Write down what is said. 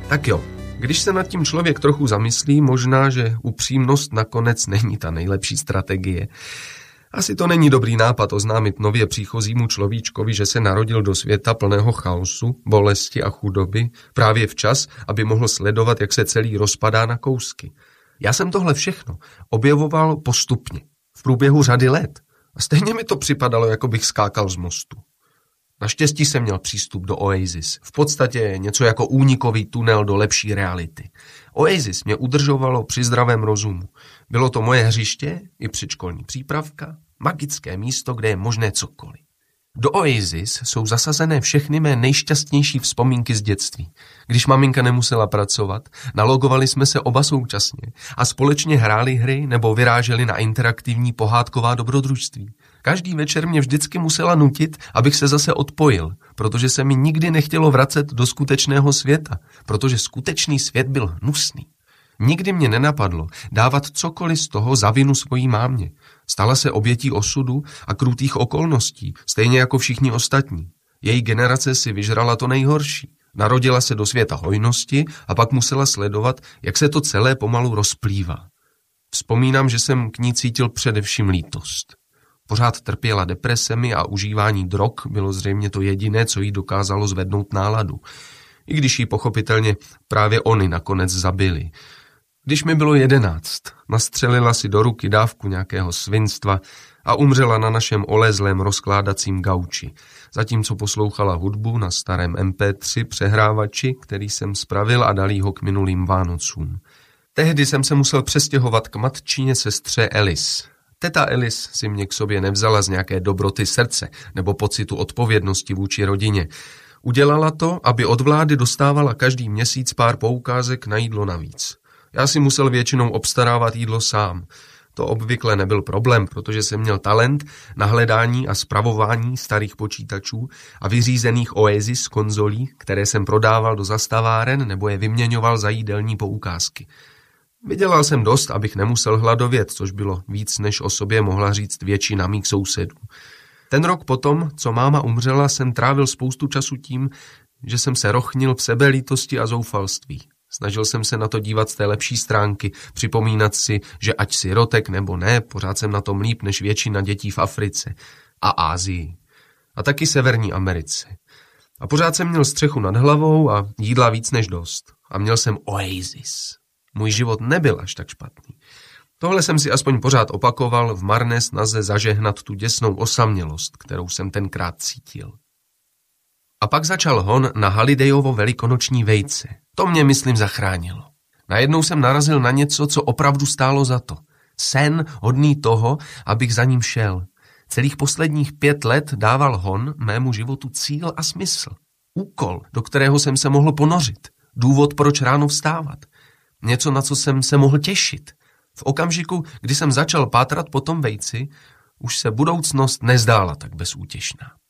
Tak jo, když se nad tím člověk trochu zamyslí, možná, že upřímnost nakonec není ta nejlepší strategie. Asi to není dobrý nápad oznámit nově příchozímu človíčkovi, že se narodil do světa plného chaosu, bolesti a chudoby, právě včas, aby mohl sledovat, jak se celý rozpadá na kousky. Já jsem tohle všechno objevoval postupně, v průběhu řady let. A stejně mi to připadalo, jako bych skákal z mostu. Naštěstí jsem měl přístup do Oasis. V podstatě něco jako únikový tunel do lepší reality. Oasis mě udržovalo při zdravém rozumu. Bylo to moje hřiště i předškolní přípravka, magické místo, kde je možné cokoliv. Do Oasis jsou zasazené všechny mé nejšťastnější vzpomínky z dětství. Když maminka nemusela pracovat, nalogovali jsme se oba současně a společně hráli hry nebo vyráželi na interaktivní pohádková dobrodružství. Každý večer mě vždycky musela nutit, abych se zase odpojil, protože se mi nikdy nechtělo vracet do skutečného světa, protože skutečný svět byl hnusný. Nikdy mě nenapadlo dávat cokoliv z toho za vinu svojí mámě. Stala se obětí osudu a krutých okolností, stejně jako všichni ostatní. Její generace si vyžrala to nejhorší. Narodila se do světa hojnosti a pak musela sledovat, jak se to celé pomalu rozplývá. Vzpomínám, že jsem k ní cítil především lítost. Pořád trpěla depresemi a užívání drog bylo zřejmě to jediné, co jí dokázalo zvednout náladu. I když jí pochopitelně právě oni nakonec zabili. Když mi bylo 11, nastřelila si do ruky dávku nějakého svinstva a umřela na našem olezlém rozkládacím gauči, zatímco poslouchala hudbu na starém MP3 přehrávači, který jsem spravil a dal jí ho k minulým Vánocům. Tehdy jsem se musel přestěhovat k matčině sestře Alice. Teta Alice si mě k sobě nevzala z nějaké dobroty srdce nebo pocitu odpovědnosti vůči rodině. Udělala to, aby od vlády dostávala každý měsíc pár poukázek na jídlo navíc. Já si musel většinou obstarávat jídlo sám. To obvykle nebyl problém, protože jsem měl talent na hledání a spravování starých počítačů a vyřízených Oasis konzolí, které jsem prodával do zastaváren nebo je vyměňoval za jídelní poukázky. Vydělal jsem dost, abych nemusel hladovět, což bylo víc, než o sobě mohla říct většina mých sousedů. Ten rok potom, co máma umřela, jsem trávil spoustu času tím, že jsem se rochnil v sebelítosti a zoufalství. Snažil jsem se na to dívat z té lepší stránky, připomínat si, že ať sirotek nebo ne, pořád jsem na tom líp než většina dětí v Africe a Asii. A taky Severní Americe. A pořád jsem měl střechu nad hlavou a jídla víc než dost. A měl jsem Oasis. Můj život nebyl až tak špatný. Tohle jsem si aspoň pořád opakoval v marné snaze zažehnat tu děsnou osamělost, kterou jsem tenkrát cítil. A pak začal hon na Hallidayovo velikonoční vejce. To mě, myslím, zachránilo. Najednou jsem narazil na něco, co opravdu stálo za to. Sen hodný toho, abych za ním šel. Celých posledních 5 let dával hon mému životu cíl a smysl. Úkol, do kterého jsem se mohl ponořit. Důvod, proč ráno vstávat. Něco, na co jsem se mohl těšit. V okamžiku, kdy jsem začal pátrat po tom vejci, už se budoucnost nezdála tak bezútěšná.